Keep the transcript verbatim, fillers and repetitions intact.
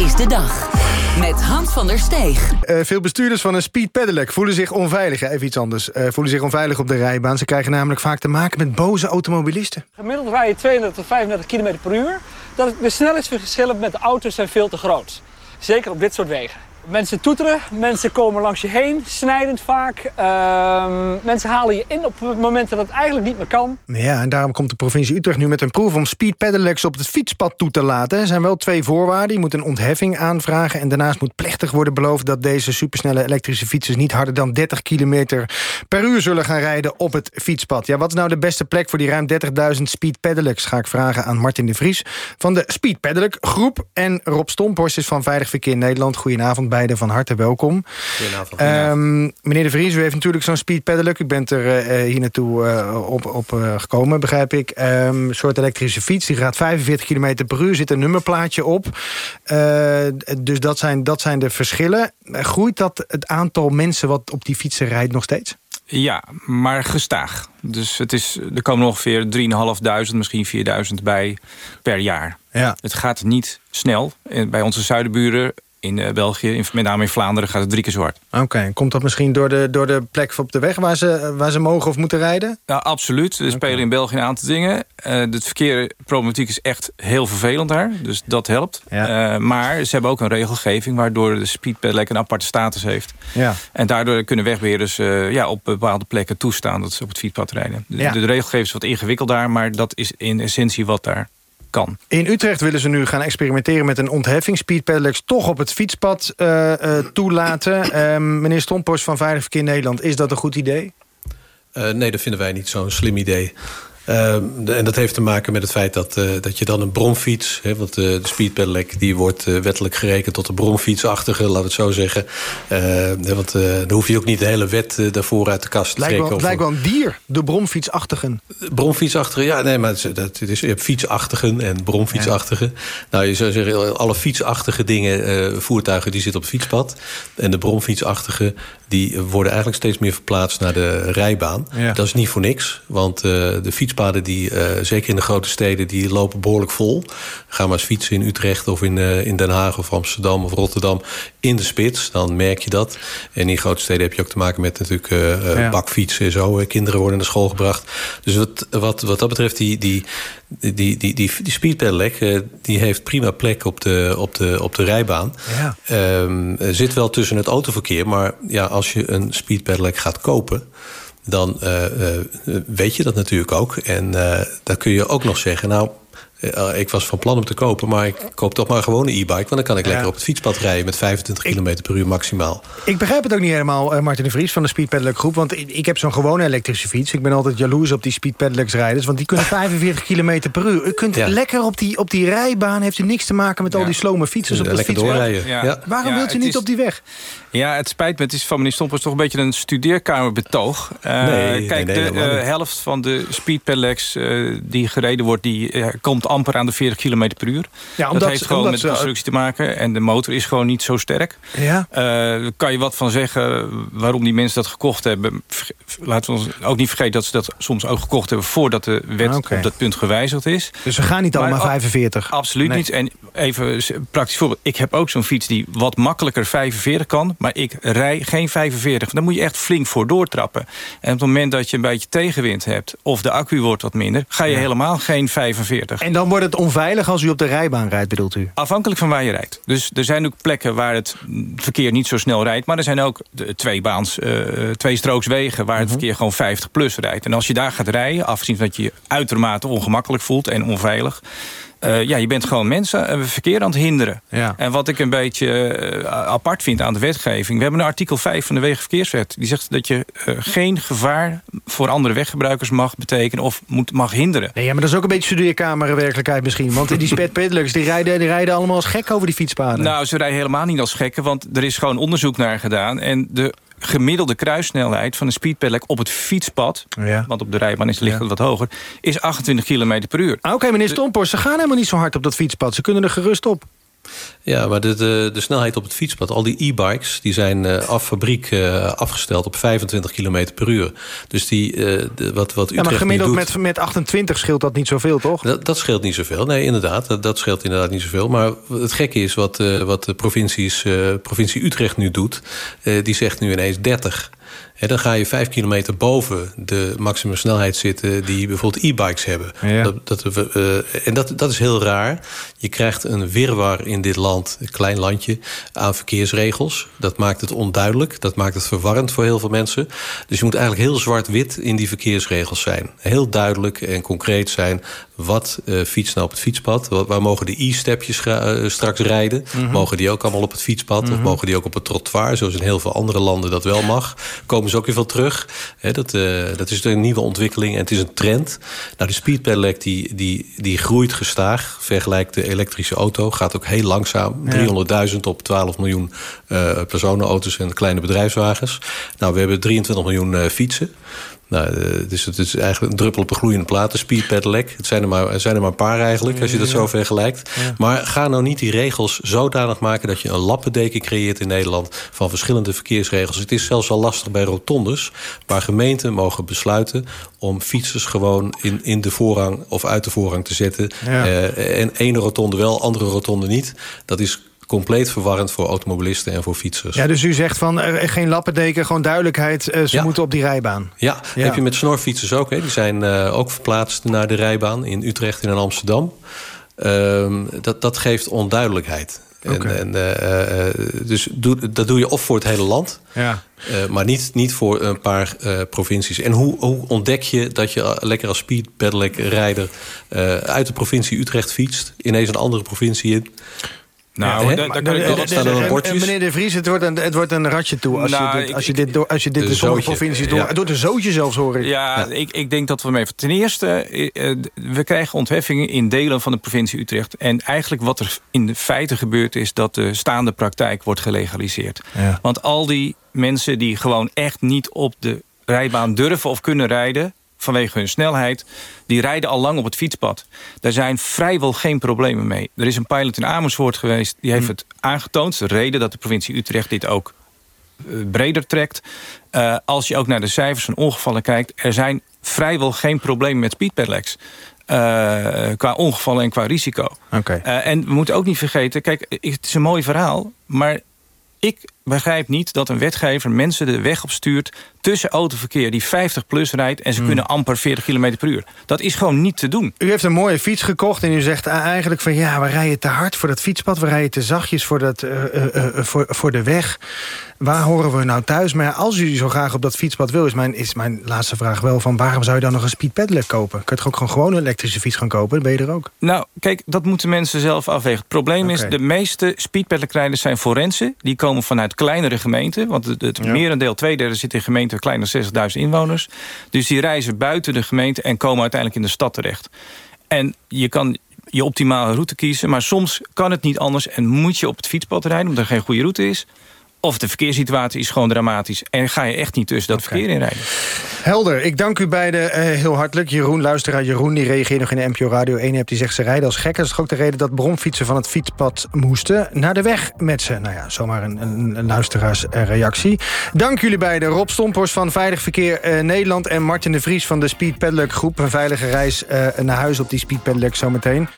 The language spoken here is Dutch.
is de dag. Met Hans van der Steeg. Uh, veel bestuurders van een speed pedelec voelen zich onveilig. Even iets anders. Uh, voelen zich onveilig op de rijbaan. Ze krijgen namelijk vaak te maken met boze automobilisten. Gemiddeld rij je tweeëndertig tot vijfendertig kilometer per uur. Dat de snelheidsverschillen met de auto's zijn veel te groot. Zeker op dit soort wegen. Mensen toeteren, mensen komen langs je heen, snijdend vaak. Uh, mensen halen je in op het moment dat het eigenlijk niet meer kan. Ja, en daarom komt de provincie Utrecht nu met een proef om speed pedelecs op het fietspad toe te laten. Er zijn wel twee voorwaarden. Je moet een ontheffing aanvragen en daarnaast moet plechtig worden beloofd dat deze supersnelle elektrische fietsers niet harder dan dertig kilometer per uur zullen gaan rijden op het fietspad. Ja, wat is nou de beste plek voor die ruim dertigduizend speed pedelecs? Ga ik vragen aan Martin de Vries van de Speed Pedelec Groep en Rob Stomphorst is van Veilig Verkeer Nederland. Goedenavond. Beide van harte welkom. Goedenavond. Um, meneer De Vries, u heeft natuurlijk zo'n speed pedelec. U bent er uh, hier naartoe uh, op, op uh, gekomen, begrijp ik. Um, een soort elektrische fiets, die gaat vijfenveertig kilometer per uur, zit een nummerplaatje op. Uh, dus dat zijn, dat zijn de verschillen. Groeit dat het aantal mensen wat op die fietsen rijdt nog steeds? Ja, maar gestaag. Dus het is, er komen ongeveer drieduizend misschien vierduizend bij per jaar. Ja. Het gaat niet snel. Bij onze zuidenburen in uh, België, in, met name in Vlaanderen, gaat het drie keer zo hard. Oké, okay. Komt dat misschien door de, door de plek op de weg waar ze, waar ze mogen of moeten rijden? Ja, absoluut. Er spelen okay. in België een aantal dingen. Uh, de verkeerproblematiek is echt heel vervelend daar. Dus dat helpt. Ja. Uh, maar ze hebben ook een regelgeving waardoor de speed pedelec een aparte status heeft. Ja. En daardoor kunnen wegbeheerders uh, ja, op bepaalde plekken toestaan dat ze op het fietspad rijden. De, ja. de regelgeving is wat ingewikkeld daar, maar dat is in essentie wat daar kan. In Utrecht willen ze nu gaan experimenteren met een ontheffing. Speed pedelecs toch op het fietspad uh, uh, toelaten. Uh, meneer Stomphorst van Veilig Verkeer Nederland, is dat een goed idee? Uh, nee, dat vinden wij niet zo'n slim idee. Uh, de, en dat heeft te maken met het feit dat, uh, dat je dan een bromfiets... Hè, want uh, de speed pedelec die wordt uh, wettelijk gerekend tot een bromfietsachtige, laten we het zo zeggen. Uh, want uh, dan hoef je ook niet de hele wet uh, daarvoor uit de kast te trekken. Het lijkt wel een dier, de bromfietsachtigen. Bromfietsachtigen, ja, nee, maar het, dat, het is, je hebt fietsachtigen en bromfietsachtigen. Ja. Nou, je zou zeggen, alle fietsachtige dingen, uh, voertuigen, die zitten op het fietspad. En de bromfietsachtige, die worden eigenlijk steeds meer verplaatst naar de rijbaan. Ja. Dat is niet voor niks, want uh, de fietspaden, die, uh, zeker in de grote steden, die lopen behoorlijk vol. Ga maar eens fietsen in Utrecht of in, uh, in Den Haag of Amsterdam of Rotterdam in de spits, dan merk je dat. En in grote steden heb je ook te maken met natuurlijk uh, ja. bakfietsen en zo. Kinderen worden naar school gebracht. Dus wat, wat, wat dat betreft, die, die, die, die, die, die, die speed pedelec, uh, die heeft prima plek op de, op de, op de rijbaan. Ja. Um, zit wel tussen het autoverkeer, maar ja, als je een speed pedelec gaat kopen, dan uh, uh, weet je dat natuurlijk ook. En uh, dan kun je ook nog zeggen, nou, uh, ik was van plan om te kopen, maar ik koop toch maar gewoon een e-bike, want dan kan ik ja. lekker op het fietspad rijden met vijfentwintig kilometer per uur maximaal. Ik begrijp het ook niet helemaal, uh, Martin de Vries van de Speed Pedelec Groep, want ik, ik heb zo'n gewone elektrische fiets. Ik ben altijd jaloers op die Speed Pedelecs rijders, want die kunnen vijfenveertig kilometer per uur. U kunt ja. lekker op die, op die rijbaan, heeft u niks te maken met ja. al die slome fietsers ja, op de fietspad. Doorrijden. Ja. Ja. Waarom ja, wilt u niet is op die weg? Ja, het spijt me. Het is van meneer Stomphorst toch een beetje een studeerkamerbetoog. Uh, nee, kijk, nee, nee, de uh, helft van de speed pedelecs uh, die gereden wordt, die uh, komt amper aan de veertig kilometer per uur. Ja, omdat, dat heeft gewoon omdat, met de constructie te maken. En de motor is gewoon niet zo sterk. Ja. Uh, daar kan je wat van zeggen waarom die mensen dat gekocht hebben. Laten we ons ook niet vergeten dat ze dat soms ook gekocht hebben voordat de wet okay. op dat punt gewijzigd is. Dus we gaan niet allemaal maar, vijfenveertig? Absoluut nee. niet. En even een praktisch voorbeeld. Ik heb ook zo'n fiets die wat makkelijker vijfenveertig kan, maar ik rij geen vijfenveertig. Daar moet je echt flink voor doortrappen. En op het moment dat je een beetje tegenwind hebt, of de accu wordt wat minder, ga je ja. helemaal geen vijfenveertig. En dan wordt het onveilig als u op de rijbaan rijdt, bedoelt u? Afhankelijk van waar je rijdt. Dus er zijn ook plekken waar het verkeer niet zo snel rijdt, maar er zijn ook de tweebaans, uh, tweestrookswegen waar het verkeer gewoon vijftig plus rijdt. En als je daar gaat rijden, afgezien dat je je uitermate ongemakkelijk voelt en onveilig, Uh, ja, je bent gewoon mensen uh, verkeer aan het hinderen. Ja. En wat ik een beetje uh, apart vind aan de wetgeving, we hebben een artikel vijf van de Wegenverkeerswet. Die zegt dat je uh, geen gevaar voor andere weggebruikers mag betekenen of moet, mag hinderen. Nee, ja, maar dat is ook een beetje studeerkamerwerkelijkheid misschien. Want die speed pedelecs, die rijden, die rijden allemaal als gek over die fietspaden. Nou, ze rijden helemaal niet als gekken, want er is gewoon onderzoek naar gedaan. En de gemiddelde kruissnelheid van een speed pedelec op het fietspad, ja. want op de rijbaan is ligt het ja. wat hoger, is achtentwintig kilometer per uur. Oké, okay, meneer Stomphorst, ze gaan helemaal niet zo hard op dat fietspad. Ze kunnen er gerust op. Ja, maar de, de, de snelheid op het fietspad, al die e-bikes, die zijn uh, af fabriek uh, afgesteld op vijfentwintig kilometer per uur. Dus die, uh, de, wat, wat Utrecht ja, maar gemiddeld doet, met, met achtentwintig scheelt dat niet zoveel, toch? Dat, dat scheelt niet zoveel. Nee, inderdaad. Dat, dat scheelt inderdaad niet zoveel. Maar het gekke is wat, uh, wat de provincies, uh, provincie Utrecht nu doet. Uh, die zegt nu ineens dertig. He, dan ga je vijf kilometer boven de maximumsnelheid zitten die bijvoorbeeld e-bikes hebben. Ja. Dat, dat, uh, en dat, dat is heel raar. Je krijgt een wirwar in dit land, een klein landje, aan verkeersregels. Dat maakt het onduidelijk. Dat maakt het verwarrend voor heel veel mensen. Dus je moet eigenlijk heel zwart-wit in die verkeersregels zijn. Heel duidelijk en concreet zijn. Wat uh, fietst nou op het fietspad? Waar mogen de e-stepjes uh, straks rijden? Mm-hmm. Mogen die ook allemaal op het fietspad? Mm-hmm. Of mogen die ook op het trottoir? Zoals in heel veel andere landen dat wel mag. Komen ze ook weer veel terug. He, dat, uh, dat is een nieuwe ontwikkeling en het is een trend. Nou, de speed pedelec die, die, die groeit gestaag. Vergelijk de elektrische auto. Gaat ook heel langzaam. Ja. driehonderdduizend op twaalf miljoen uh, personenauto's en kleine bedrijfswagens. Nou, we hebben drieëntwintig miljoen uh, fietsen. Nou, dus het is eigenlijk een druppel op een gloeiende plaat, de speed pedelec. Het zijn er maar, het zijn er maar een paar eigenlijk, als je dat zo vergelijkt. Ja. Maar ga nou niet die regels zodanig maken dat je een lappendeken creëert in Nederland van verschillende verkeersregels. Het is zelfs al lastig bij rotondes, waar gemeenten mogen besluiten om fietsers gewoon in, in de voorrang of uit de voorrang te zetten. Ja. Uh, en ene rotonde wel, andere rotonde niet. Dat is compleet verwarrend voor automobilisten en voor fietsers. Ja, dus u zegt van uh, geen lappendeken, gewoon duidelijkheid. Uh, ze ja. moeten op die rijbaan. Ja, ja, heb je met snorfietsers ook. Hè? Die zijn uh, ook verplaatst naar de rijbaan in Utrecht en in Amsterdam. Uh, dat, dat geeft onduidelijkheid. Okay. En, en, uh, dus doe, dat doe je of voor het hele land, ja. uh, maar niet, niet voor een paar uh, provincies. En hoe, hoe ontdek je dat je lekker als speed pedelec rijder uh, uit de provincie Utrecht fietst, ineens een andere provincie in? Nou, ja, daar kan ik wel wat staan aan bordjes. Meneer De Vries, het wordt een, het wordt een ratje toe als nou, je dit, als je dit, door, als je dit de, de sommige provincies door... Ja. Door de zootje zelfs, hoor ik. Ja, ja. Ik, ik denk dat we mee... Ten eerste, we krijgen ontheffingen in delen van de provincie Utrecht. En eigenlijk wat er in de feite gebeurt is dat de staande praktijk wordt gelegaliseerd. Ja. Want al die mensen die gewoon echt niet op de rijbaan durven of kunnen rijden vanwege hun snelheid, die rijden al lang op het fietspad. Daar zijn vrijwel geen problemen mee. Er is een pilot in Amersfoort geweest, die heeft het aangetoond. De reden dat de provincie Utrecht dit ook uh, breder trekt. Uh, als je ook naar de cijfers van ongevallen kijkt, er zijn vrijwel geen problemen met speedpedelecs. Uh, qua ongevallen en qua risico. Okay. Uh, en we moeten ook niet vergeten, kijk, het is een mooi verhaal, maar ik begrijp niet dat een wetgever mensen de weg op stuurt tussen autoverkeer die vijftig plus rijdt en ze mm. kunnen amper veertig kilometer per uur. Dat is gewoon niet te doen. U heeft een mooie fiets gekocht en u zegt eigenlijk van ja, we rijden te hard voor dat fietspad, we rijden te zachtjes voor, dat, uh, uh, uh, voor, voor de weg. Waar horen we nou thuis? Maar ja, als u zo graag op dat fietspad wil, is mijn, is mijn laatste vraag wel van waarom zou je dan nog een speed pedelec kopen? Kun je toch ook gewoon, gewoon een elektrische fiets gaan kopen? Dan ben je er ook. Nou, kijk, dat moeten mensen zelf afwegen. Het probleem okay. is, de meeste speed pedelec rijders zijn forensen. Die komen vanuit kleinere gemeenten. Want het, het ja. merendeel, twee derde zit in gemeenten kleiner dan zestigduizend inwoners. Dus die reizen buiten de gemeente en komen uiteindelijk in de stad terecht. En je kan je optimale route kiezen, maar soms kan het niet anders en moet je op het fietspad rijden omdat er geen goede route is. Of de verkeerssituatie is gewoon dramatisch en ga je echt niet tussen dat okay. verkeer inrijden. Helder, ik dank u beiden uh, heel hartelijk. Jeroen, luisteraar Jeroen, die reageert nog in de N P O Radio één app. Die zegt ze rijden als gekken. Dat is ook de reden dat bromfietsen van het fietspad moesten naar de weg met ze. Nou ja, zomaar een, een, een luisteraarsreactie. Dank jullie beiden. Rob Stomphorst van Veilig Verkeer uh, Nederland en Martin de Vries van de Speed Pedelec Groep. Een veilige reis uh, naar huis op die Speed Pedelec zometeen.